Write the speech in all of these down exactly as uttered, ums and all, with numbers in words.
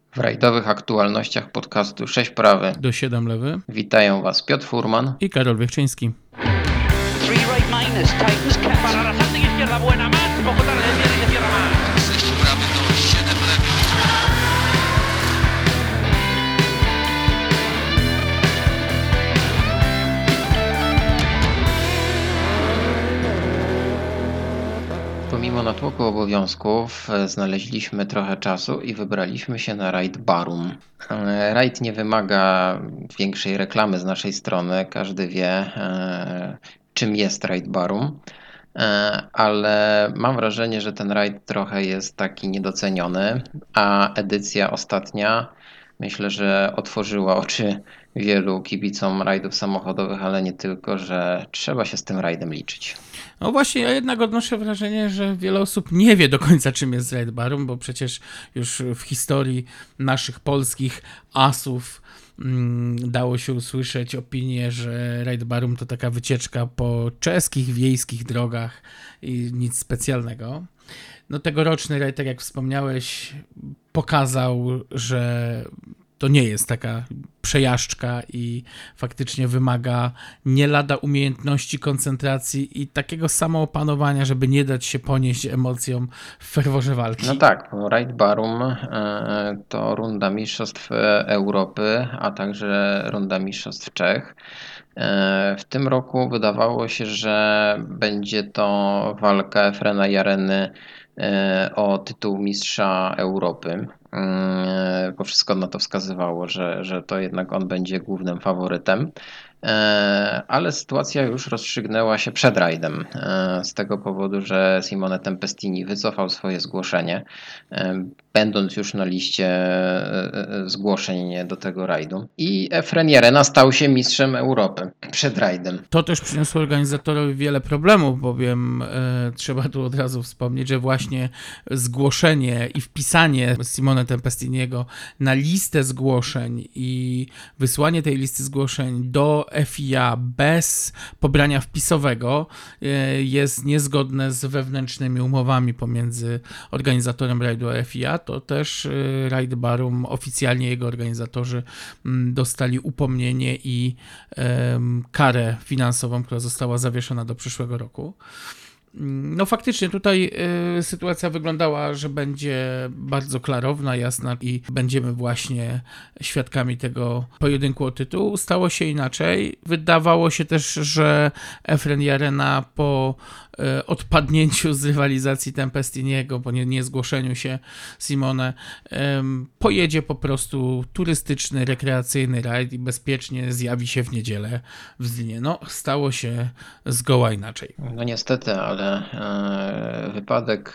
W rajdowych aktualnościach podcastu sześć prawy do siedem lewy witają Was Piotr Furman i Karol Wiechczyński. Three right minus, Titans catch. Para la salta izquierda buena más, poco tarde viene y se cierra más. sześć prawy do siedem lewy. Pomimo natłoku obowiązków znaleźliśmy trochę czasu i wybraliśmy się na rajd Barum. Rajd nie wymaga większej reklamy z naszej strony, każdy wie czym jest rajd Barum, ale mam wrażenie, że ten rajd trochę jest taki niedoceniony, a edycja ostatnia myślę, że otworzyła oczy wielu kibicom rajdów samochodowych, ale nie tylko, że trzeba się z tym rajdem liczyć. No właśnie, ja jednak odnoszę wrażenie, że wiele osób nie wie do końca, czym jest Raid Barum, bo przecież już w historii naszych polskich asów mm, dało się usłyszeć opinię, że Raid Barum to taka wycieczka po czeskich wiejskich drogach i nic specjalnego. No tegoroczny rajd, tak jak wspomniałeś, pokazał, że to nie jest taka przejażdżka i faktycznie wymaga nie lada umiejętności, koncentracji i takiego samoopanowania, żeby nie dać się ponieść emocjom w ferworze walki. No tak, Raid Barum to runda mistrzostw Europy, a także runda mistrzostw Czech. W tym roku wydawało się, że będzie to walka Efrena Jareny o tytuł mistrza Europy, bo wszystko na to wskazywało, że, że to jednak on będzie głównym faworytem. Ale sytuacja już rozstrzygnęła się przed rajdem z tego powodu, że Simone Tempestini wycofał swoje zgłoszenie, będąc już na liście zgłoszeń do tego rajdu. I Efren Jarena stał się mistrzem Europy przed rajdem. To też przyniosło organizatorowi wiele problemów, bowiem e, trzeba tu od razu wspomnieć, że właśnie zgłoszenie i wpisanie Simone Tempestiniego na listę zgłoszeń i wysłanie tej listy zgłoszeń do F I A bez pobrania wpisowego e, jest niezgodne z wewnętrznymi umowami pomiędzy organizatorem rajdu a F I A. To też e, Raid Barum, oficjalnie jego organizatorzy m, dostali upomnienie i e, karę finansową, która została zawieszona do przyszłego roku. No faktycznie tutaj y, sytuacja wyglądała, że będzie bardzo klarowna, jasna i będziemy właśnie świadkami tego pojedynku o tytuł. Stało się inaczej. Wydawało się też, że Efren Jarena po y, odpadnięciu z rywalizacji Tempestiniego, po nie, niezgłoszeniu się Simone, y, pojedzie po prostu turystyczny, rekreacyjny rajd i bezpiecznie zjawi się w niedzielę w Zlinie. No stało się zgoła inaczej. No niestety, ale ale wypadek,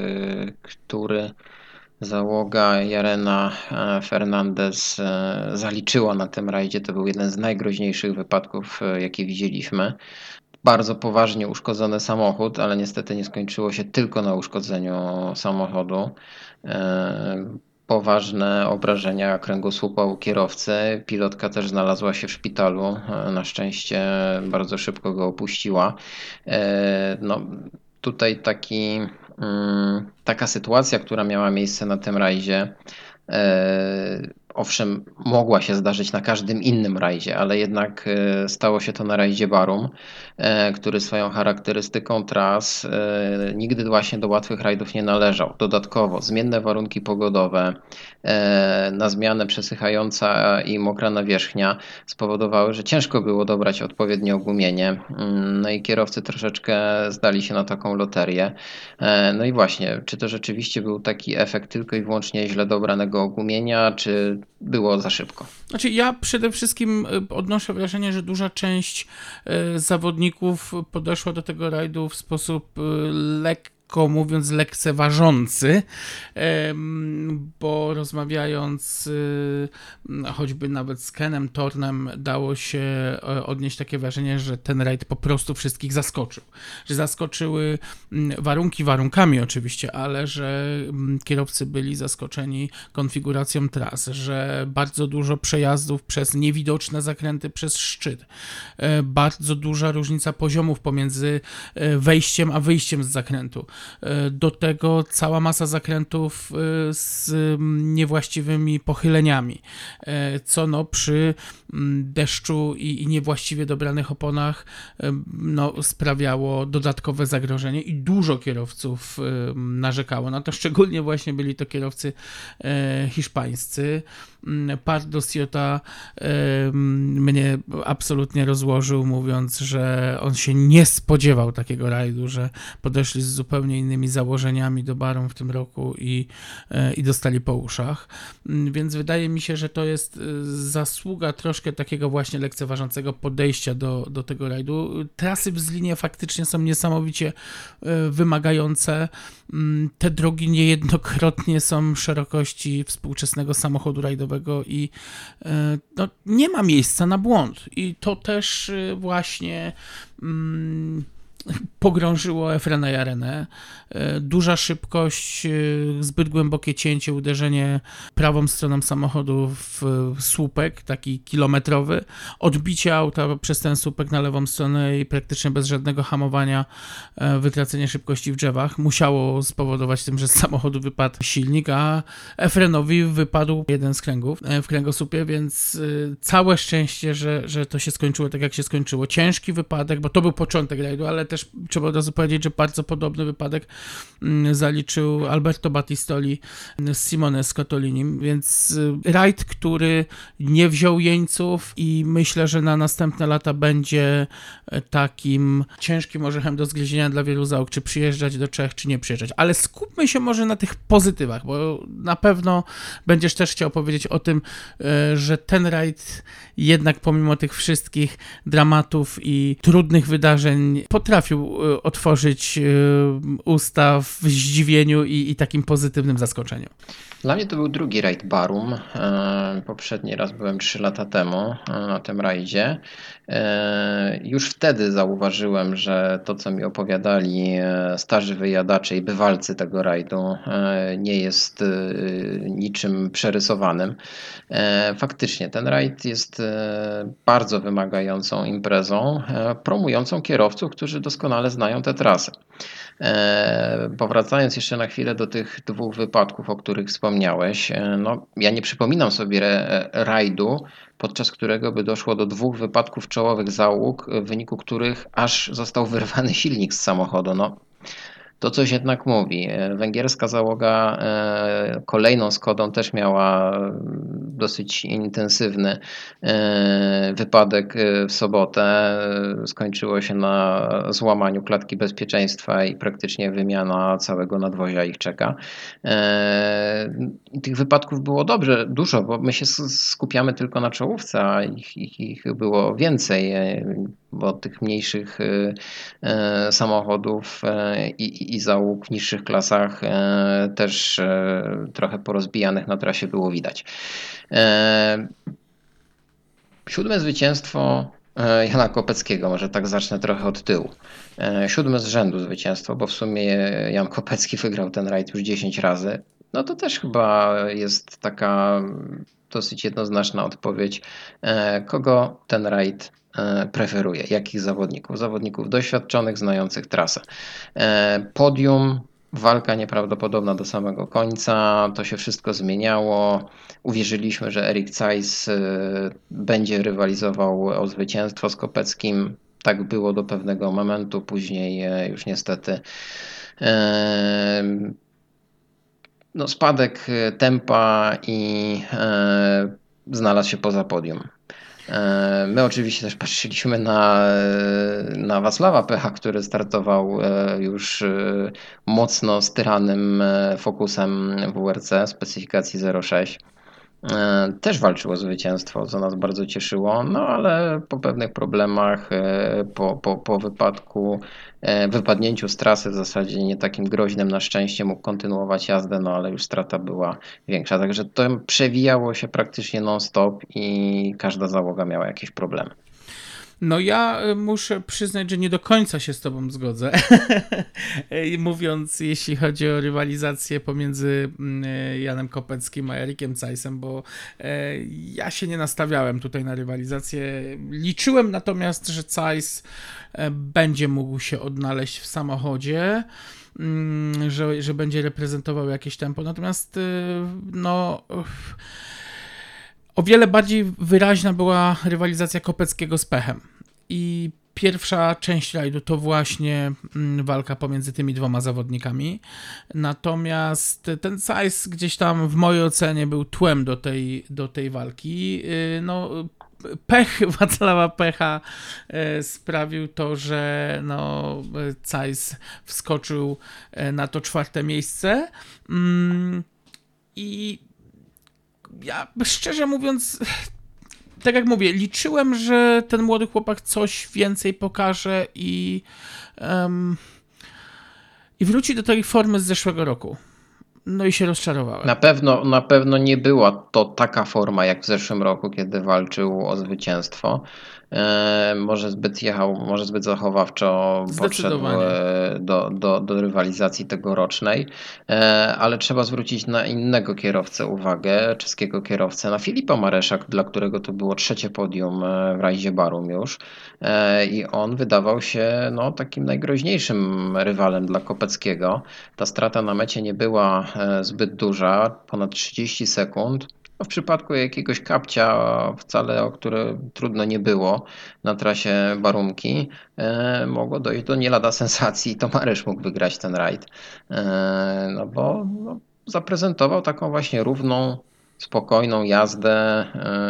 który załoga Jarena Fernandez zaliczyła na tym rajdzie, to był jeden z najgroźniejszych wypadków, jakie widzieliśmy. Bardzo poważnie uszkodzony samochód, ale niestety nie skończyło się tylko na uszkodzeniu samochodu. Poważne obrażenia kręgosłupa u kierowcy. Pilotka też znalazła się w szpitalu. Na szczęście bardzo szybko go opuściła. No, tutaj taki, taka sytuacja, która miała miejsce na tym rajdzie, owszem, mogła się zdarzyć na każdym innym rajdzie, ale jednak stało się to na rajdzie Barum, który swoją charakterystyką tras nigdy właśnie do łatwych rajdów nie należał. Dodatkowo zmienne warunki pogodowe, na zmianę przesychająca i mokra nawierzchnia spowodowały, że ciężko było dobrać odpowiednie ogumienie. No i kierowcy troszeczkę zdali się na taką loterię. No i właśnie, czy to rzeczywiście był taki efekt tylko i wyłącznie źle dobranego ogumienia, czy było za szybko? Znaczy ja przede wszystkim odnoszę wrażenie, że duża część zawodników podeszła do tego rajdu w sposób lekki, mówiąc lekceważący, bo rozmawiając choćby nawet z Kenem Thornem dało się odnieść takie wrażenie, że ten rajd po prostu wszystkich zaskoczył. Że zaskoczyły warunki warunkami oczywiście, ale że kierowcy byli zaskoczeni konfiguracją tras, że bardzo dużo przejazdów przez niewidoczne zakręty przez szczyt, bardzo duża różnica poziomów pomiędzy wejściem a wyjściem z zakrętu. Do tego cała masa zakrętów z niewłaściwymi pochyleniami, co no przy deszczu i, i niewłaściwie dobranych oponach no, sprawiało dodatkowe zagrożenie i dużo kierowców narzekało na to, szczególnie właśnie byli to kierowcy hiszpańscy. Pardo Ciota mnie absolutnie rozłożył, mówiąc, że on się nie spodziewał takiego rajdu, że podeszli z zupełnie innymi założeniami do Barum w tym roku i, i dostali po uszach. Więc wydaje mi się, że to jest zasługa troszkę takiego właśnie lekceważącego podejścia do, do tego rajdu. Trasy w Zlinie faktycznie są niesamowicie wymagające. Te drogi niejednokrotnie są szerokości współczesnego samochodu rajdowego i no, nie ma miejsca na błąd. I to też właśnie mm, pogrążyło Efrena Jarenę. Duża szybkość, zbyt głębokie cięcie, uderzenie prawą stroną samochodu w słupek, taki kilometrowy, odbicie auta przez ten słupek na lewą stronę i praktycznie bez żadnego hamowania wytracenie szybkości w drzewach musiało spowodować tym, że z samochodu wypadł silnik, a Efrenowi wypadł jeden z kręgów w kręgosłupie, więc całe szczęście, że, że to się skończyło tak, jak się skończyło. Ciężki wypadek, bo to był początek rajdu, ale też trzeba od razu powiedzieć, że bardzo podobny wypadek zaliczył Alberto Battistoli z Simone Scotolinim, więc rajd, który nie wziął jeńców i myślę, że na następne lata będzie takim ciężkim orzechem do zgryzienia dla wielu załóg, czy przyjeżdżać do Czech, czy nie przyjeżdżać. Ale skupmy się może na tych pozytywach, bo na pewno będziesz też chciał powiedzieć o tym, że ten rajd jednak pomimo tych wszystkich dramatów i trudnych wydarzeń potrafił otworzyć usta w zdziwieniu i, i takim pozytywnym zaskoczeniu. Dla mnie to był drugi rajd Barum. Poprzedni raz byłem trzy lata temu na tym rajdzie. Już wtedy zauważyłem, że to, co mi opowiadali starzy wyjadacze i bywalcy tego rajdu, nie jest niczym przerysowanym. Faktycznie ten rajd jest bardzo wymagającą imprezą, promującą kierowców, którzy doskonale znają tę trasę. Powracając jeszcze na chwilę do tych dwóch wypadków, o których wspomniałeś, no, ja nie przypominam sobie rajdu, podczas którego by doszło do dwóch wypadków czołowych załóg, w wyniku których aż został wyrwany silnik z samochodu. No, to coś jednak mówi. Węgierska załoga kolejną Skodą też miała dosyć intensywny wypadek w sobotę. Skończyło się na złamaniu klatki bezpieczeństwa i praktycznie wymiana całego nadwozia ich czeka. Tych wypadków było dobrze, dużo, bo my się skupiamy tylko na czołówce, a ich, ich, ich było więcej, bo tych mniejszych samochodów i, i załóg w niższych klasach też trochę porozbijanych na trasie było widać. Siódme zwycięstwo Jana Kopeckiego, może tak zacznę trochę od tyłu. Siódme z rzędu zwycięstwo, bo w sumie Jan Kopecki wygrał ten rajd już dziesięć razy. No to też chyba jest taka dosyć jednoznaczna odpowiedź, kogo ten rajd preferuje, jakich zawodników. Zawodników doświadczonych, znających trasę. Podium, walka nieprawdopodobna do samego końca, to się wszystko zmieniało. Uwierzyliśmy, że Erik Zeiss będzie rywalizował o zwycięstwo z Kopeckim. Tak było do pewnego momentu, później już niestety no, spadek tempa i znalazł się poza podium. My oczywiście też patrzyliśmy na, na Wacława Pecha, który startował już mocno styranym Focusem W R C specyfikacji zero sześć. Też walczył o zwycięstwo, co nas bardzo cieszyło, no ale po pewnych problemach, po, po, po wypadku, wypadnięciu z trasy w zasadzie nie takim groźnym na szczęście mógł kontynuować jazdę, no ale już strata była większa, także to przewijało się praktycznie non-stop i każda załoga miała jakieś problemy. No ja y, muszę przyznać, że nie do końca się z tobą zgodzę, I mówiąc, jeśli chodzi o rywalizację pomiędzy y, Janem Kopeckim a Erikiem Zeissem, bo y, ja się nie nastawiałem tutaj na rywalizację. Liczyłem natomiast, że Zeiss y, będzie mógł się odnaleźć w samochodzie, y, że, że będzie reprezentował jakieś tempo, natomiast y, no... Y, O wiele bardziej wyraźna była rywalizacja Kopeckiego z Pechem. I pierwsza część rajdu to właśnie mm, walka pomiędzy tymi dwoma zawodnikami. Natomiast ten Zeiss gdzieś tam w mojej ocenie był tłem do tej, do tej walki. Yy, no, pech Wacława Pecha yy, sprawił to, że no, Zeiss wskoczył yy, na to czwarte miejsce. Yy, I ja szczerze mówiąc, tak jak mówię, liczyłem, że ten młody chłopak coś więcej pokaże i, um, i wróci do tej formy z zeszłego roku. No i się rozczarowałem. Na pewno, na pewno nie była to taka forma jak w zeszłym roku, kiedy walczył o zwycięstwo. E, może zbyt jechał, może zbyt zachowawczo podszedł e, do, do, do rywalizacji tegorocznej, e, ale trzeba zwrócić na innego kierowcę uwagę, czeskiego kierowcę, na Filipa Maresza, dla którego to było trzecie podium e, w rajdzie Barum już e, i on wydawał się no, takim najgroźniejszym rywalem dla Kopeckiego. Ta strata na mecie nie była e, zbyt duża, ponad trzydzieści sekund. W przypadku jakiegoś kapcia, wcale o które trudno nie było na trasie Barumki, e, mogło dojść do nie lada sensacji i to Maresz mógł wygrać ten rajd. E, no bo no, zaprezentował taką właśnie równą, spokojną jazdę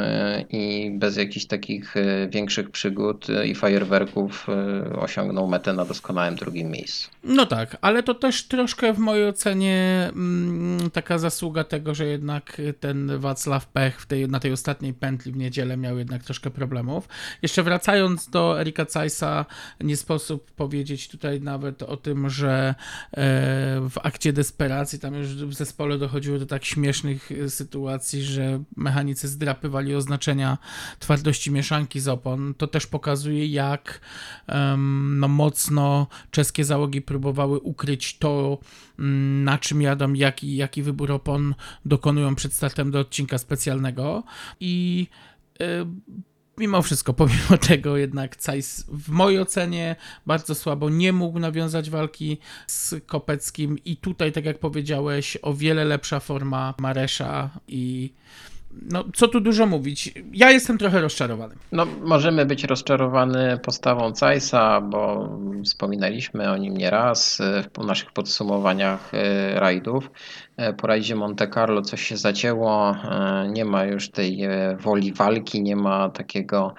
i bez jakichś takich większych przygód i fajerwerków osiągnął metę na doskonałym drugim miejscu. No tak, ale to też troszkę w mojej ocenie mm, taka zasługa tego, że jednak ten Wacław Pech w tej, na tej ostatniej pętli w niedzielę miał jednak troszkę problemów. Jeszcze wracając do Erika Zeissa, nie sposób powiedzieć tutaj nawet o tym, że e, w akcie desperacji tam już w zespole dochodziło do tak śmiesznych sytuacji, że mechanicy zdrapywali oznaczenia twardości mieszanki z opon. To też pokazuje, jak um, no, mocno czeskie załogi próbowały ukryć to, um, na czym jadą, jaki, jaki wybór opon dokonują przed startem do odcinka specjalnego. I y, mimo wszystko, pomimo tego jednak Zeiss w mojej ocenie bardzo słabo nie mógł nawiązać walki z Kopeckim i tutaj, tak jak powiedziałeś, o wiele lepsza forma Maresza i no, co tu dużo mówić. Ja jestem trochę rozczarowany. No, możemy być rozczarowani postawą Zeissa, bo wspominaliśmy o nim nieraz w naszych podsumowaniach rajdów. Po rajdzie Monte Carlo coś się zacięło, nie ma już tej woli walki, nie ma takiego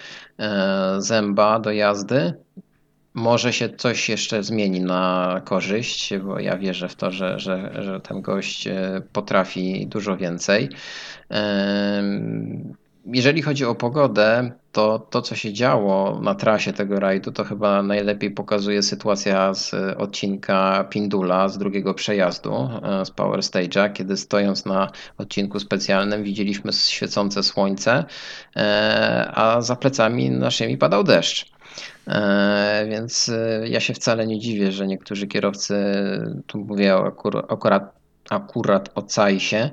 zęba do jazdy. Może się coś jeszcze zmieni na korzyść, bo ja wierzę w to, że, że, że ten gość potrafi dużo więcej. Jeżeli chodzi o pogodę, to to, co się działo na trasie tego rajdu, to chyba najlepiej pokazuje sytuacja z odcinka Pindula, z drugiego przejazdu z Power Stage'a, kiedy stojąc na odcinku specjalnym widzieliśmy świecące słońce, a za plecami naszymi padał deszcz. Więc ja się wcale nie dziwię, że niektórzy kierowcy, tu mówię akurat, akurat o Zeissie,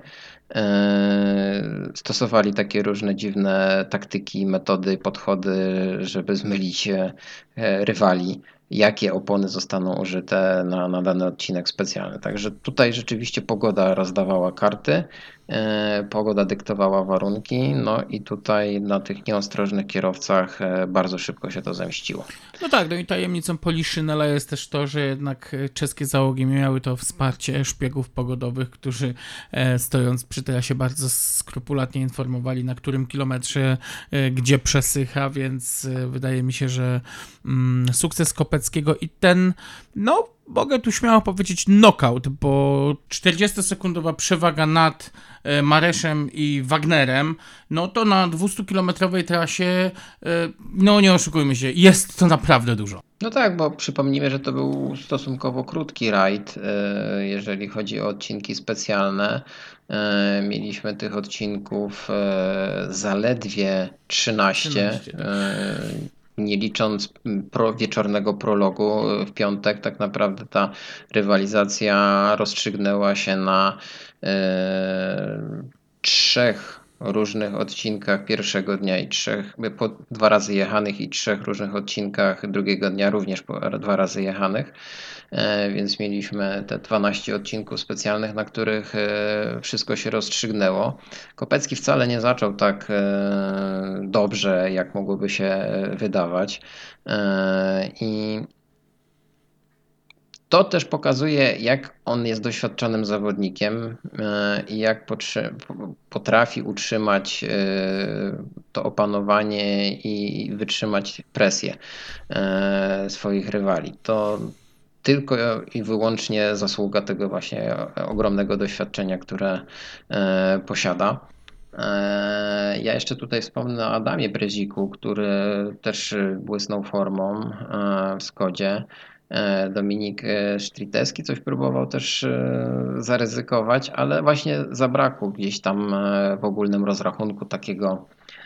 stosowali takie różne dziwne taktyki, metody, podchody, żeby zmylić rywali, jakie opony zostaną użyte na, na dany odcinek specjalny. Także tutaj rzeczywiście pogoda rozdawała karty, pogoda dyktowała warunki, no i tutaj na tych nieostrożnych kierowcach bardzo szybko się to zemściło. No tak, no i tajemnicą Poliszynela jest też to, że jednak czeskie załogi miały to wsparcie szpiegów pogodowych, którzy stojąc przy trasie bardzo skrupulatnie informowali, na którym kilometrze gdzie przesycha, więc wydaje mi się, że mm, sukces Kopeckiego i ten, no mogę tu śmiało powiedzieć knockout, bo czterdziestosekundowa przewaga nad Mareszem i Wagnerem, no to na dwustukilometrowej trasie, no nie oszukujmy się, jest to naprawdę dużo. No tak, bo przypomnijmy, że to był stosunkowo krótki rajd, jeżeli chodzi o odcinki specjalne. Mieliśmy tych odcinków zaledwie trzynaście. trzynaście tak. nie licząc pro, wieczornego prologu w piątek, tak naprawdę ta rywalizacja rozstrzygnęła się na e, trzech różnych odcinkach pierwszego dnia i trzech, po dwa razy jechanych i trzech różnych odcinkach drugiego dnia również po dwa razy jechanych. Więc mieliśmy te dwanaście odcinków specjalnych, na których wszystko się rozstrzygnęło. Kopecki wcale nie zaczął tak dobrze, jak mogłoby się wydawać. I to też pokazuje, jak on jest doświadczonym zawodnikiem i jak potrafi utrzymać to opanowanie i wytrzymać presję swoich rywali. To tylko i wyłącznie zasługa tego właśnie ogromnego doświadczenia, które posiada. Ja jeszcze tutaj wspomnę o Adamie Breziku, który też błysnął formą w Skodzie. Dominik Sztriteski coś próbował też zaryzykować, ale właśnie zabrakło gdzieś tam w ogólnym rozrachunku takiego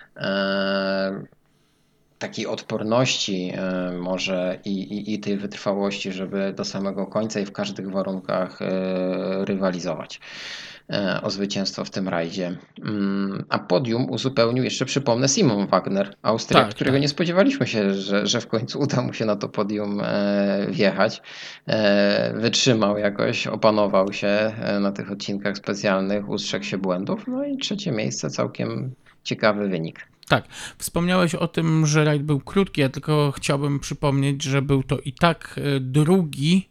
takiej odporności może i, i, i tej wytrwałości, żeby do samego końca i w każdych warunkach rywalizować o zwycięstwo w tym rajdzie. A podium uzupełnił jeszcze, przypomnę, Simon Wagner, Austriak, tak, którego tak. nie spodziewaliśmy się, że, że w końcu uda mu się na to podium wjechać. Wytrzymał jakoś, opanował się na tych odcinkach specjalnych, ustrzegł się błędów, no i trzecie miejsce, całkiem ciekawy wynik. Tak, wspomniałeś o tym, że rajd był krótki, ja tylko chciałbym przypomnieć, że był to i tak drugi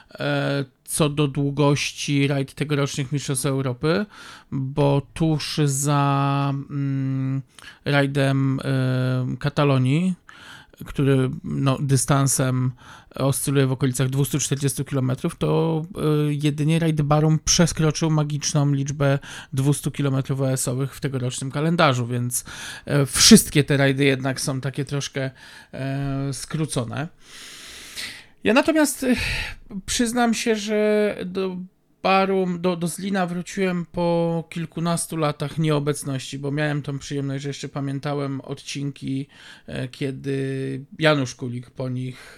co do długości rajd tegorocznych Mistrzostw Europy, bo tuż za mm, rajdem y, Katalonii, który no, dystansem oscyluje w okolicach dwieście czterdzieści kilometrów, to y, jedynie rajd Barum przekroczył magiczną liczbę dwieście kilometrów O S-owych w tegorocznym kalendarzu, więc y, wszystkie te rajdy jednak są takie troszkę y, skrócone. Ja natomiast y, przyznam się, że do Barum, do, do Zlina wróciłem po kilkunastu latach nieobecności, bo miałem tą przyjemność, że jeszcze pamiętałem odcinki, kiedy Janusz Kulik po nich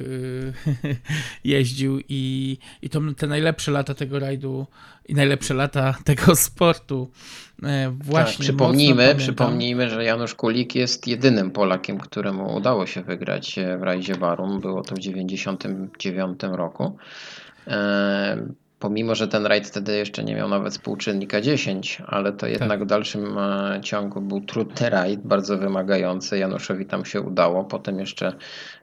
jeździł i, i to te najlepsze lata tego rajdu i najlepsze lata tego sportu właśnie. Tak, przypomnijmy, przypomnijmy, że Janusz Kulik jest jedynym Polakiem, któremu udało się wygrać w rajdzie Barum. Było to w dziewięćdziesiątym dziewiątym roku. Pomimo, że ten rajd wtedy jeszcze nie miał nawet współczynnika dziesięć, ale to jednak tak. w dalszym ciągu był trudny rajd, bardzo wymagający. Januszowi tam się udało. Potem jeszcze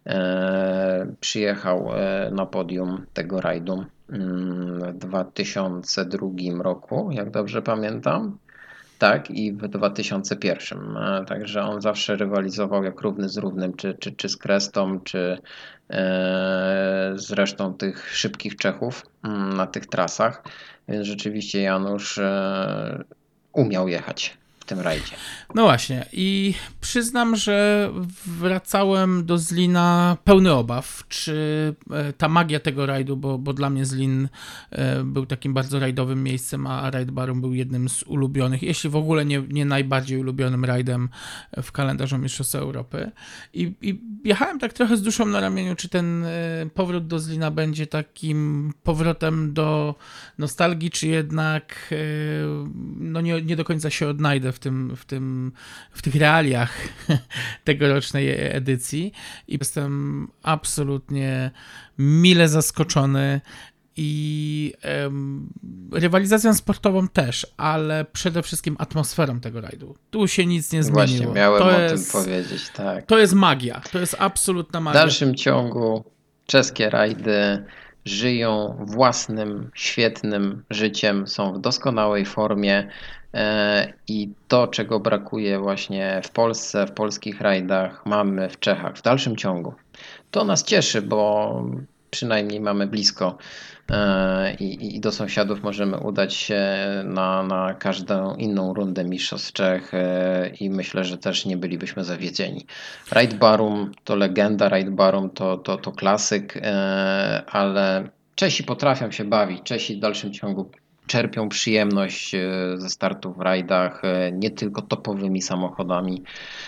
e, przyjechał na podium tego rajdu w dwa tysiące drugim roku, jak dobrze pamiętam. Tak, i w dwa tysiące pierwszym. Także on zawsze rywalizował jak równy z równym, czy, czy, czy z Krestą, czy e, z resztą tych szybkich Czechów na tych trasach. Więc rzeczywiście Janusz e, umiał jechać w tym rajdzie. No właśnie i przyznam, że wracałem do Zlina pełny obaw, czy ta magia tego rajdu, bo, bo dla mnie Zlin był takim bardzo rajdowym miejscem, a rajd Barum był jednym z ulubionych, jeśli w ogóle nie, nie najbardziej ulubionym rajdem w kalendarzu Mistrzostw Europy. I, I jechałem tak trochę z duszą na ramieniu, czy ten powrót do Zlina będzie takim powrotem do nostalgii, czy jednak no nie, nie do końca się odnajdę w tym, w tym w tych realiach tegorocznej edycji i jestem absolutnie mile zaskoczony i um, rywalizacją sportową też, ale przede wszystkim atmosferą tego rajdu. Tu się nic nie zmieniło. Właśnie miałem to o jest, tym powiedzieć, tak. To jest magia, to jest absolutna magia. W dalszym ciągu czeskie rajdy żyją własnym, świetnym życiem, są w doskonałej formie i to, czego brakuje właśnie w Polsce, w polskich rajdach, mamy w Czechach w dalszym ciągu. To nas cieszy, bo przynajmniej mamy blisko i, i do sąsiadów możemy udać się na, na każdą inną rundę Mistrzostw Czech i myślę, że też nie bylibyśmy zawiedzeni. Rajd Barum to legenda, Rajd Barum to, to, to klasyk, ale Czesi potrafią się bawić, Czesi w dalszym ciągu czerpią przyjemność ze startów w rajdach, nie tylko topowymi samochodami.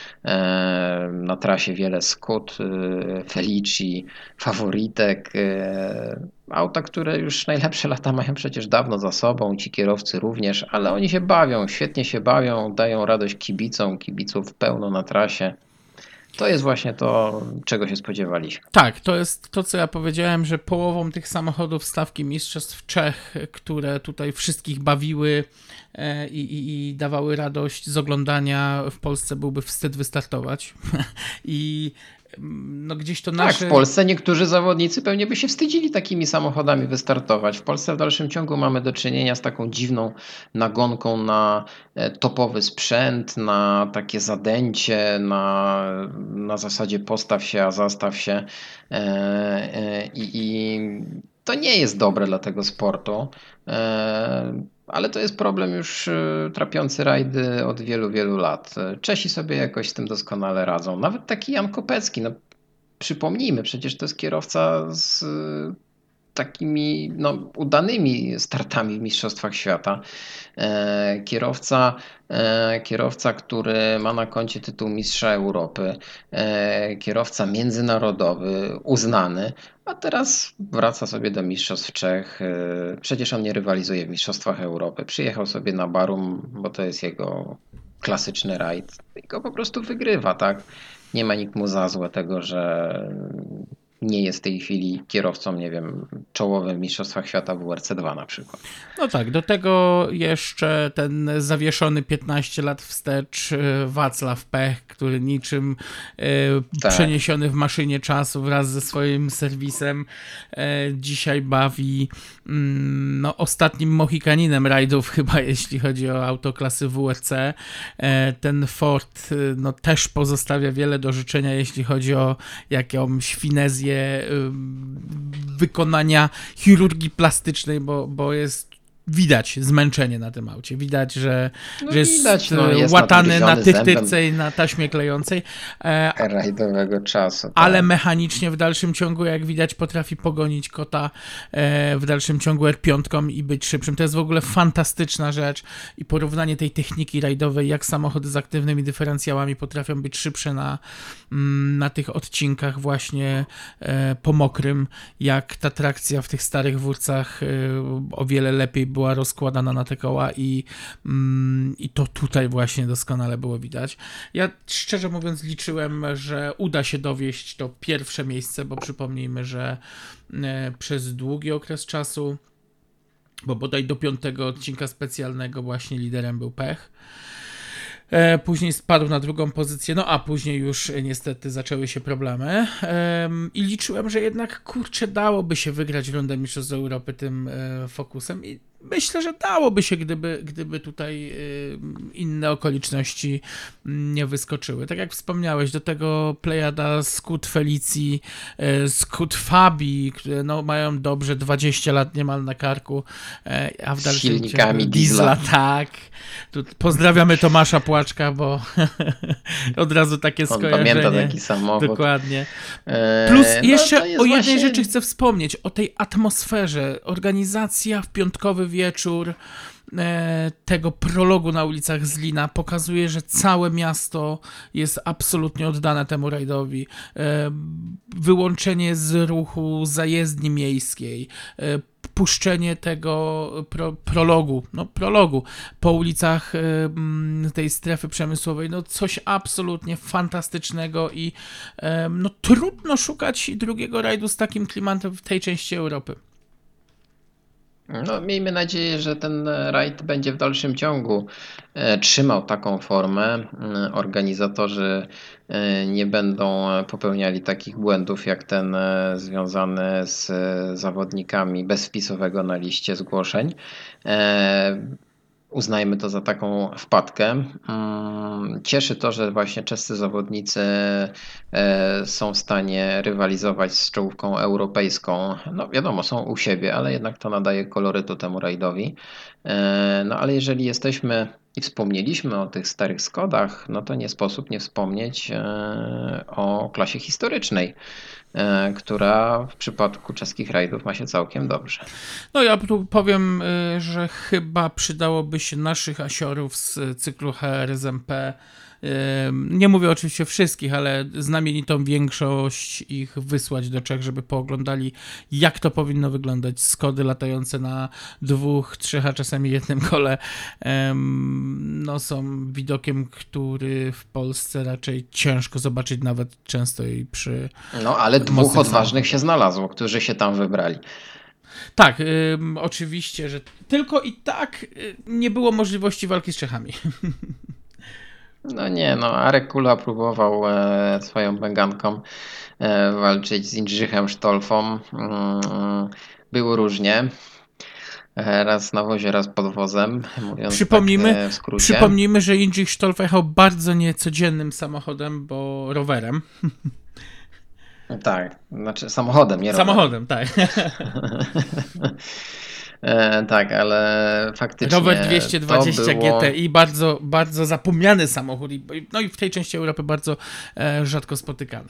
Na trasie wiele Scott, Felici, Favoritek, auta, które już najlepsze lata mają przecież dawno za sobą, ci kierowcy również, ale oni się bawią, świetnie się bawią, dają radość kibicom, kibiców pełno na trasie. To jest właśnie to, czego się spodziewaliśmy. Tak, to jest to, co ja powiedziałem, że połową tych samochodów stawki Mistrzostw Czech, które tutaj wszystkich bawiły i, i, i dawały radość z oglądania, w Polsce byłby wstyd wystartować. I no gdzieś to nasze... Tak, w Polsce niektórzy zawodnicy pewnie by się wstydzili takimi samochodami wystartować. W Polsce w dalszym ciągu mamy do czynienia z taką dziwną nagonką na topowy sprzęt, na takie zadęcie, na, na zasadzie postaw się, a zastaw się. I, i to nie jest dobre dla tego sportu. Ale to jest problem już trapiący rajdy od wielu, wielu lat. Czesi sobie jakoś z tym doskonale radzą. Nawet taki Jan Kopecki, no przypomnijmy, przecież to jest kierowca z takimi no, udanymi startami w Mistrzostwach Świata. E, kierowca, e, kierowca, który ma na koncie tytuł Mistrza Europy, e, kierowca międzynarodowy, uznany, a teraz wraca sobie do Mistrzostw Czech. E, przecież on nie rywalizuje w Mistrzostwach Europy. Przyjechał sobie na Barum, bo to jest jego klasyczny rajd i go po prostu wygrywa, tak? Nie ma nikt mu za złe tego, że nie jest w tej chwili kierowcą, nie wiem, czołowym w Mistrzostwach Świata w W R C dwa na przykład. No tak, do tego jeszcze ten zawieszony piętnaście lat wstecz Wacław Pech, który niczym e, tak. przeniesiony w maszynie czasu wraz ze swoim serwisem e, dzisiaj bawi mm, no, ostatnim Mohikaninem rajdów chyba, jeśli chodzi o auto klasy W R C. E, ten Ford no, też pozostawia wiele do życzenia, jeśli chodzi o jakąś finezję wykonania chirurgii plastycznej, bo, bo jest widać zmęczenie na tym aucie. Widać, że, no że jest, widać, no, jest łatany na tychtyrce i na taśmie klejącej. E, rajdowego czasu. Tak. Ale mechanicznie w dalszym ciągu, jak widać, potrafi pogonić kota e, w dalszym ciągu R pięć i być szybszym. To jest w ogóle fantastyczna rzecz i porównanie tej techniki rajdowej, jak samochody z aktywnymi dyferencjałami potrafią być szybsze na, na tych odcinkach właśnie e, po mokrym, jak ta trakcja w tych starych wórcach e, o wiele lepiej była rozkładana na te koła i, mm, i to tutaj właśnie doskonale było widać. Ja szczerze mówiąc liczyłem, że uda się dowieść to pierwsze miejsce, bo przypomnijmy, że e, przez długi okres czasu, bo bodaj do piątego odcinka specjalnego właśnie liderem był Pech. E, później spadł na drugą pozycję, no a później już niestety zaczęły się problemy e, i liczyłem, że jednak kurczę dałoby się wygrać rundę Mistrzostw Europy tym e, Focusem i myślę, że dałoby się, gdyby, gdyby tutaj y, inne okoliczności nie wyskoczyły. Tak jak wspomniałeś, do tego plejada Scott Felici, y, Scott Fabi, które no, mają dobrze dwadzieścia lat niemal na karku, y, a w dalszym ciągu silnikami diesla, tak. Tu pozdrawiamy Tomasza Płaczka, bo od razu takie On skojarzenie. pamięta taki samochód. Dokładnie. Plus no, jeszcze o jednej właśnie... rzeczy chcę wspomnieć, o tej atmosferze. Organizacja w piątkowy wieczór e, tego prologu na ulicach Zlina pokazuje, że całe miasto jest absolutnie oddane temu rajdowi. E, wyłączenie z ruchu zajezdni miejskiej, e, puszczenie tego pro, prologu, no prologu po ulicach y, tej strefy przemysłowej, no coś absolutnie fantastycznego i y, no trudno szukać drugiego rajdu z takim klimatem w tej części Europy. No, miejmy nadzieję, że ten rajd będzie w dalszym ciągu e, trzymał taką formę. E, organizatorzy e, nie będą popełniali takich błędów jak ten e, związany z e, zawodnikami bez wpisowego na liście zgłoszeń. E, Uznajmy to za taką wpadkę. Cieszy to, że właśnie czescy zawodnicy są w stanie rywalizować z czołówką europejską. No wiadomo, są u siebie, ale jednak to nadaje kolorytu temu rajdowi. No ale jeżeli jesteśmy i wspomnieliśmy o tych starych Skodach, no to nie sposób nie wspomnieć o klasie historycznej. która w przypadku czeskich rajdów ma się całkiem dobrze. No ja tu powiem, że chyba przydałoby się naszych asiorów z cyklu H R S M P. Nie mówię oczywiście wszystkich, ale znamienitą większość ich wysłać do Czech, żeby pooglądali, jak to powinno wyglądać. Skody latające na dwóch, trzech, a czasami jednym kole no, są widokiem, który w Polsce raczej ciężko zobaczyć, nawet często i przy... No ale dwóch mocnych odważnych samochodach się znalazło, którzy się tam wybrali. Tak, ym, oczywiście, że tylko i tak y, nie było możliwości walki z Czechami. No nie, no Arek Kula próbował e, swoją bęganką e, walczyć z Jindřichem Stolfą. Mm, było różnie. E, raz na wozie, raz pod wozem, mówiąc Przypomnijmy, tak e, w skrócie. przypomnijmy, że Jindřich Stolf jechał bardzo niecodziennym samochodem, bo rowerem. Tak, znaczy samochodem, nie rowerem. Samochodem, tak. E, tak, ale faktycznie Rower dwieście dwadzieścia to było... G T I, bardzo, bardzo zapomniany samochód. i- No i w tej części Europy bardzo e, rzadko spotykany.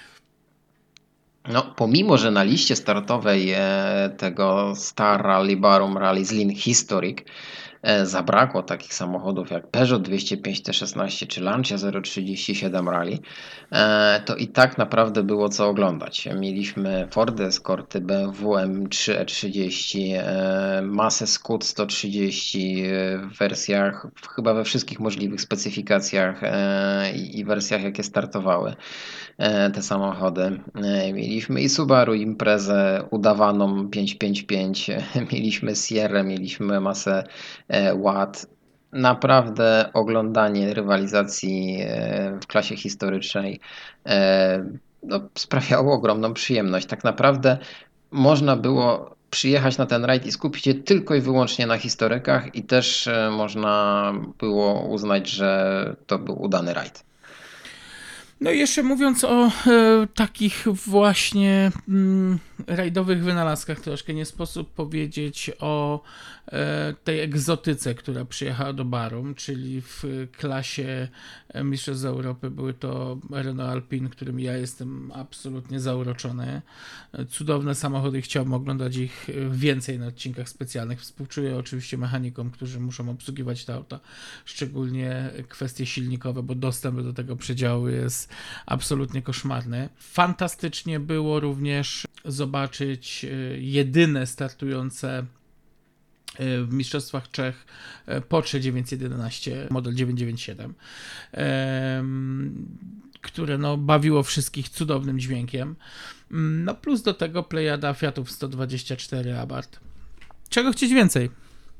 No, pomimo, że na liście startowej e, tego Star Rally Barum Rally Zlin Historic e, zabrakło takich samochodów jak Peugeot dwieście pięć T szesnaście czy Lancia zero trzydzieści siedem Rally, e, to i tak naprawdę było co oglądać. Mieliśmy Fordy Escorty, B M W M trzy E trzydzieści, e, masę Scoot sto trzydzieści e, w wersjach, chyba we wszystkich możliwych specyfikacjach e, i, i wersjach, jakie startowały e, te samochody. E, Mieliśmy i Subaru Imprezę udawaną pięćset pięćdziesiąt pięć, e, mieliśmy Sierra, mieliśmy masę e, Ład. Naprawdę oglądanie rywalizacji e, w klasie historycznej e, no, sprawiało ogromną przyjemność. Tak naprawdę można było przyjechać na ten rajd i skupić się tylko i wyłącznie na historykach i też e, można było uznać, że to był udany rajd. No i jeszcze mówiąc o e, takich właśnie mm, rajdowych wynalazkach, troszkę nie sposób powiedzieć o e, tej egzotyce, która przyjechała do Barum, czyli w klasie e, Mistrzostw Europy były to Renault Alpine, którym ja jestem absolutnie zauroczony. E, Cudowne samochody, chciałbym oglądać ich więcej na odcinkach specjalnych. Współczuję oczywiście mechanikom, którzy muszą obsługiwać te auta, szczególnie kwestie silnikowe, bo dostęp do tego przedziału jest absolutnie koszmarny. Fantastycznie było również zobaczyć e, jedyne startujące e, w Mistrzostwach Czech e, Porsche dziewięćset jedenaście, model dziewięćset dziewięćdziesiąt siedem, em, które no, bawiło wszystkich cudownym dźwiękiem. Mm, No plus do tego plejada Fiatów sto dwadzieścia cztery Abarth. Czego chcieć więcej?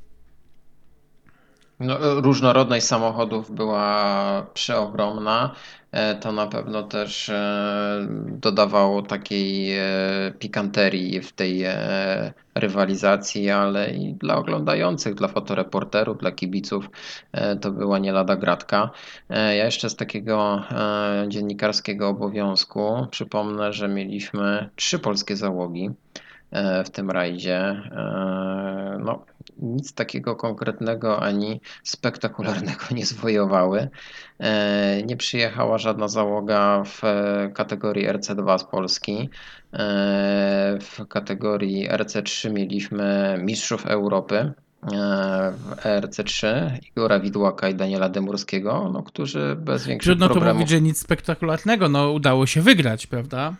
No, różnorodność samochodów była przeogromna. E, To na pewno też e, dodawało takiej e, pikanterii w tej e, rywalizacji, ale i dla oglądających, dla fotoreporterów, dla kibiców e, to była nie lada gratka. E, Ja jeszcze z takiego e, dziennikarskiego obowiązku przypomnę, że mieliśmy trzy polskie załogi e, w tym rajdzie. E, No, nic takiego konkretnego ani spektakularnego nie zwojowały. E, Nie przyjechała żadna załoga w e, kategorii R C dwa z Polski. E, W kategorii R C trzy mieliśmy mistrzów Europy. e, W R C trzy Igora Widłaka i Daniela Demurskiego, no, którzy bez większych Trudno tu problemów. mówić, że nic spektakularnego, no udało się wygrać, prawda?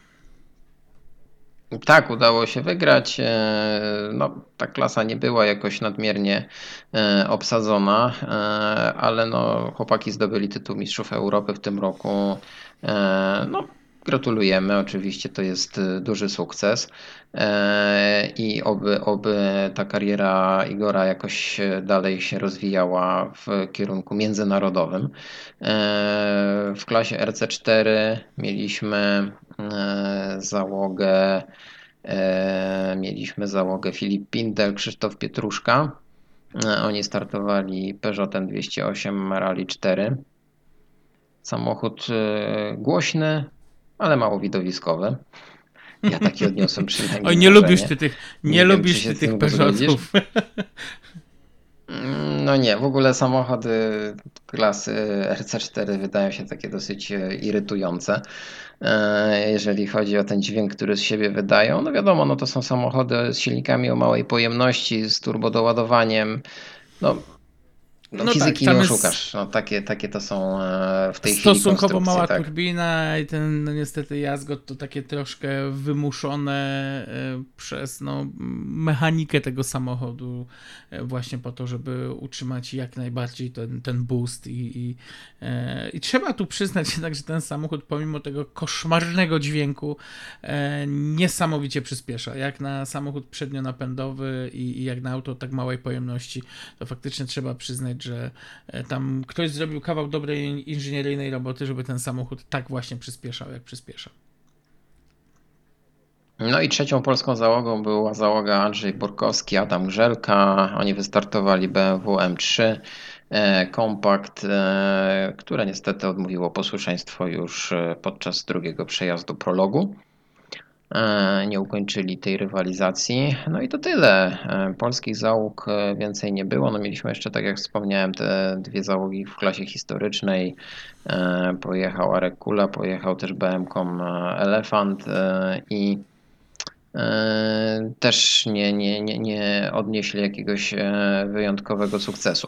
Tak, udało się wygrać. E, No, ta klasa nie była jakoś nadmiernie e, obsadzona, e, ale no, chłopaki zdobyli tytuł Mistrzów Europy w tym roku. E, No, gratulujemy, oczywiście to jest e, duży sukces E, i oby, oby ta kariera Igora jakoś e, dalej się rozwijała w kierunku międzynarodowym. E, W klasie R C cztery mieliśmy e, załogę E, Mieliśmy załogę Filip Pindel, Krzysztof Pietruszka. E, Oni startowali Peugeotem dwieście osiem Rally cztery. Samochód e, głośny, ale mało widowiskowy. Ja taki odniosłem przynajmniej Oj, nie wrażenie. lubisz ty tych, nie, Nie wiem, lubisz czy się ty z tych tym zgodzisz? Peugeotów. Mm, No nie, w ogóle samochody klasy R C cztery wydają się takie dosyć e, irytujące. jeżeli chodzi o ten dźwięk, który z siebie wydają. No wiadomo, no to są samochody z silnikami o małej pojemności, z turbodoładowaniem. No, no, No fizyki tak, tam nie jest oszukasz. No, takie, takie to są e, w tej chwili stosunkowo konstrukcje. mała Tak. turbina i ten no niestety jazgot to takie troszkę wymuszone e, przez no, mechanikę tego samochodu e, właśnie po to, żeby utrzymać jak najbardziej ten, ten boost i, i, e, i trzeba tu przyznać jednak, że ten samochód pomimo tego koszmarnego dźwięku e, niesamowicie przyspiesza. Jak na samochód przednionapędowy i, i jak na auto tak małej pojemności, to faktycznie trzeba przyznać, że e, tam ktoś zrobił kawał dobrej inżynieryjnej roboty, żeby ten samochód tak właśnie przyspieszał, jak przyspiesza. No i trzecią polską załogą była załoga Andrzej Borkowski, Adam Grzelka. Oni wystartowali B M W M trzy e, Compact, e, które niestety odmówiło posłuszeństwo już e, podczas drugiego przejazdu prologu. E, nie ukończyli tej rywalizacji. No i to tyle. E, polskich załóg e, więcej nie było. No mieliśmy jeszcze, tak jak wspomniałem, te dwie załogi w klasie historycznej. E, pojechał Arek Kula, pojechał też B M kom Elefant e, i e, też nie, nie, nie, nie odnieśli jakiegoś e, wyjątkowego sukcesu.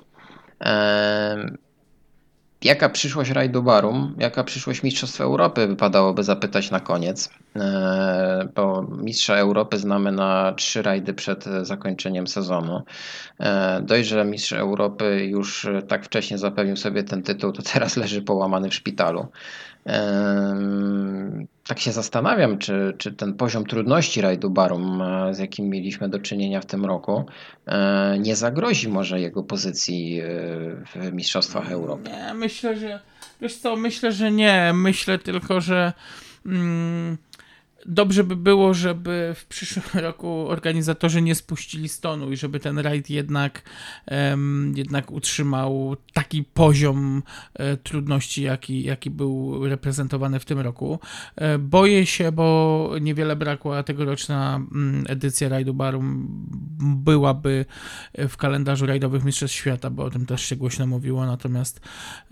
E, Jaka przyszłość rajdu Barum, jaka przyszłość Mistrzostw Europy wypadałoby zapytać na koniec, e, bo Mistrza Europy znamy na trzy rajdy przed zakończeniem sezonu. E, Dość, że Mistrz Europy już tak wcześnie zapewnił sobie ten tytuł, to teraz leży połamany w szpitalu. E, Tak się zastanawiam, czy, czy ten poziom trudności rajdu Barum, e, z jakim mieliśmy do czynienia w tym roku, e, nie zagrozi może jego pozycji e, w Mistrzostwach Europy. Nie, myślę, że wiesz co, myślę, że nie. Myślę tylko, że mm, dobrze by było, żeby w przyszłym roku organizatorzy nie spuścili stonu i żeby ten rajd jednak, um, jednak utrzymał taki poziom e, trudności, jaki, jaki był reprezentowany w tym roku. E, boję się, bo niewiele brakło, a tegoroczna mm, edycja rajdu Barum byłaby w kalendarzu rajdowych Mistrzostw Świata, bo o tym też się głośno mówiło, natomiast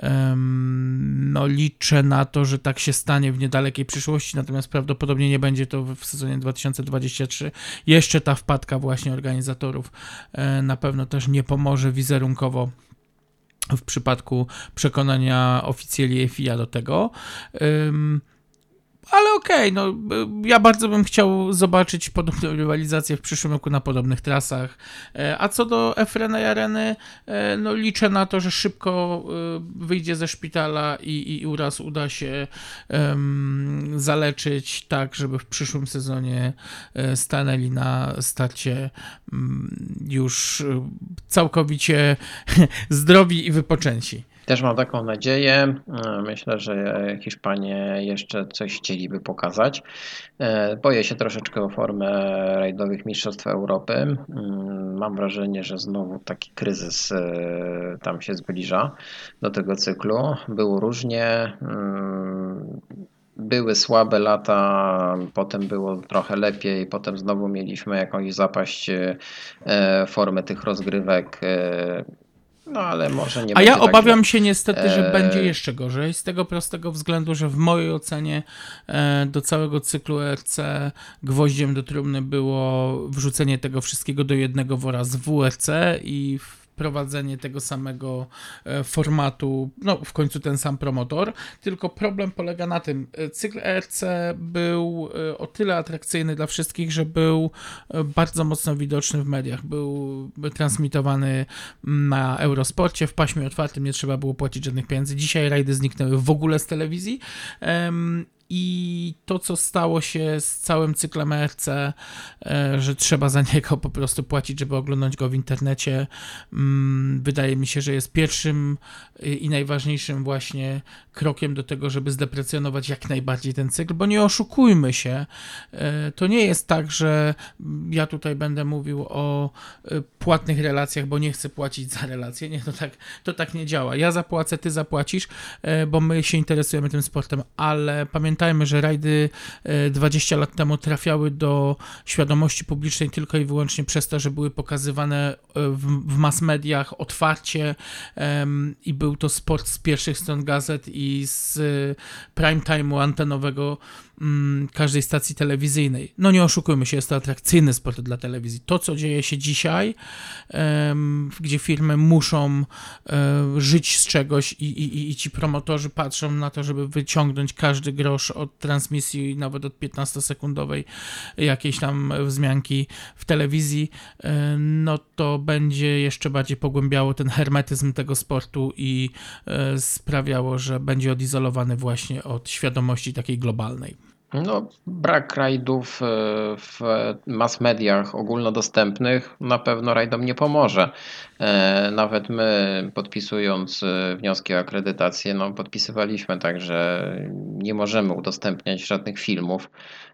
um, no, liczę na to, że tak się stanie w niedalekiej przyszłości, natomiast prawdopodobnie nie będzie to w sezonie dwa tysiące dwudziestym trzecim. Jeszcze ta wpadka właśnie organizatorów e, na pewno też nie pomoże wizerunkowo w przypadku przekonania oficjeli F I A do tego. Ym, Ale okej, okay, no ja bardzo bym chciał zobaczyć podobną rywalizację w przyszłym roku na podobnych trasach. A co do Efrena i Areny, no liczę na to, że szybko wyjdzie ze szpitala i, i uraz uda się um, zaleczyć tak, żeby w przyszłym sezonie stanęli na starcie um, już całkowicie zdrowi i wypoczęci. Też mam taką nadzieję. Myślę, że Hiszpanie jeszcze coś chcieliby pokazać. Boję się troszeczkę o formę rajdowych Mistrzostw Europy. Mam wrażenie, że znowu taki kryzys tam się zbliża do tego cyklu. Było różnie. Były słabe lata, potem było trochę lepiej, potem znowu mieliśmy jakąś zapaść formy tych rozgrywek. No ale może nie A będzie ja obawiam tak, się niestety, że e... będzie jeszcze gorzej, z tego prostego względu, że w mojej ocenie e, do całego cyklu E R C gwoździem do trumny było wrzucenie tego wszystkiego do jednego wora z W R C i wprowadzenie tego samego e, formatu, no w końcu ten sam promotor, tylko problem polega na tym, cykl E R C był e, o tyle atrakcyjny dla wszystkich, że był e, bardzo mocno widoczny w mediach, był transmitowany na Eurosporcie, w paśmie otwartym, nie trzeba było płacić żadnych pieniędzy. Dzisiaj rajdy zniknęły w ogóle z telewizji. Um, I to, co stało się z całym cyklem E R C, że trzeba za niego po prostu płacić, żeby oglądać go w internecie, wydaje mi się, że jest pierwszym i najważniejszym właśnie krokiem do tego, żeby zdeprecjonować jak najbardziej ten cykl, bo nie oszukujmy się, to nie jest tak, że ja tutaj będę mówił o płatnych relacjach, bo nie chcę płacić za relacje. Nie, to tak, to tak nie działa. Ja zapłacę, ty zapłacisz, bo my się interesujemy tym sportem, ale pamiętajmy, pamiętajmy, że rajdy dwadzieścia lat temu trafiały do świadomości publicznej tylko i wyłącznie przez to, że były pokazywane w, w mass mediach otwarcie um, i był to sport z pierwszych stron gazet i z prime time'u antenowego um, każdej stacji telewizyjnej. No nie oszukujmy się, jest to atrakcyjny sport dla telewizji. To, co dzieje się dzisiaj, um, gdzie firmy muszą um, żyć z czegoś i, i, i ci promotorzy patrzą na to, żeby wyciągnąć każdy grosz od transmisji, nawet od piętnastosekundowej jakiejś tam wzmianki w telewizji, no to będzie jeszcze bardziej pogłębiało ten hermetyzm tego sportu i sprawiało, że będzie odizolowany właśnie od świadomości takiej globalnej. No, brak rajdów w mass mediach ogólnodostępnych na pewno rajdom nie pomoże. Nawet my, podpisując wnioski o akredytację, no, podpisywaliśmy tak, że nie możemy udostępniać żadnych filmów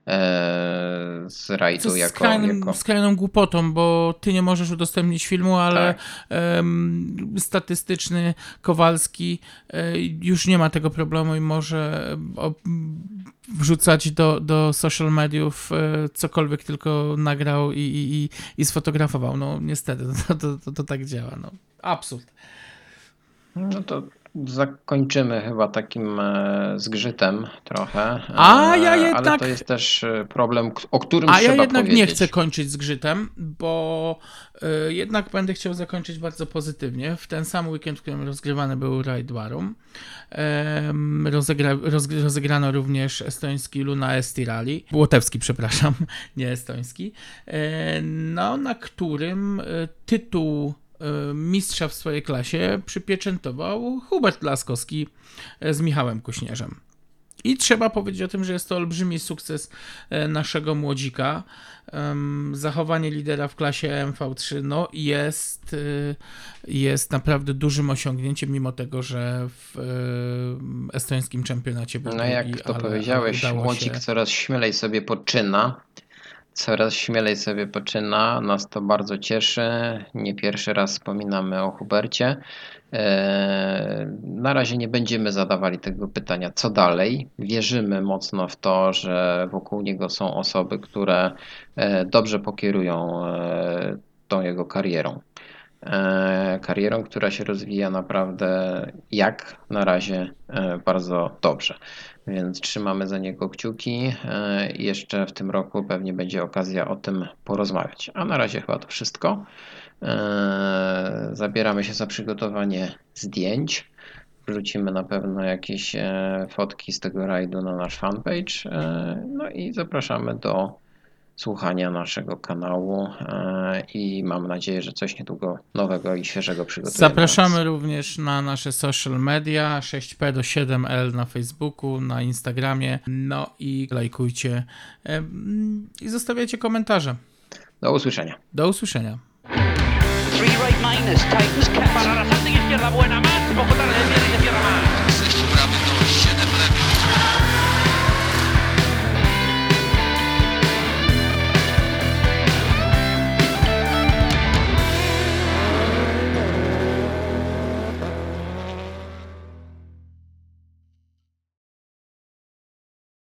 z rajdu Co jako, skrajnym, jako... skrajną głupotą, bo ty nie możesz udostępnić filmu, ale Tak. um, statystyczny Kowalski um, już nie ma tego problemu i może um, wrzucać do, do social mediów um, cokolwiek tylko nagrał i, i, i sfotografował. No niestety, to, to, to, to tak działa. No. Absurd. No to zakończymy chyba takim zgrzytem trochę, A ja jednak, ale to jest też problem, o którym a trzeba ja jednak powiedzieć. nie chcę kończyć zgrzytem, bo y, jednak będę chciał zakończyć bardzo pozytywnie. W ten sam weekend, w którym rozgrywany był Raid Warum, y, rozegra, roz, rozegrano również estoński Luna Esti Rally, łotewski, przepraszam, nie estoński, y, no, na którym y, tytuł mistrza w swojej klasie przypieczętował Hubert Laskowski z Michałem Kuśnierzem. I trzeba powiedzieć o tym, że jest to olbrzymi sukces naszego młodzika. Zachowanie lidera w klasie M V trzy no, jest, jest naprawdę dużym osiągnięciem, mimo tego, że w estońskim czempionacie był No drugi, jak to ale, powiedziałeś, ale młodzik się... coraz śmielej sobie poczyna. Coraz śmielej sobie poczyna, nas to bardzo cieszy. Nie pierwszy raz wspominamy o Hubercie. Na razie nie będziemy zadawali tego pytania, co dalej. Wierzymy mocno w to, że wokół niego są osoby, które dobrze pokierują tą jego karierą. Karierą, która się rozwija naprawdę jak na razie bardzo dobrze. Więc trzymamy za niego kciuki i jeszcze w tym roku pewnie będzie okazja o tym porozmawiać. A na razie chyba to wszystko. Zabieramy się za przygotowanie zdjęć. Wrzucimy na pewno jakieś fotki z tego rajdu na nasz fanpage. No i zapraszamy do słuchania naszego kanału i mam nadzieję, że coś niedługo nowego i świeżego przygotujemy. Zapraszamy również na nasze social media sześć P do siedem L na Facebooku, na Instagramie, no i lajkujcie i zostawiajcie komentarze. Do usłyszenia. Do usłyszenia. Three right minus, tightens cap. Para la izquierda, buena más. Poco tarde, viene y cierra más.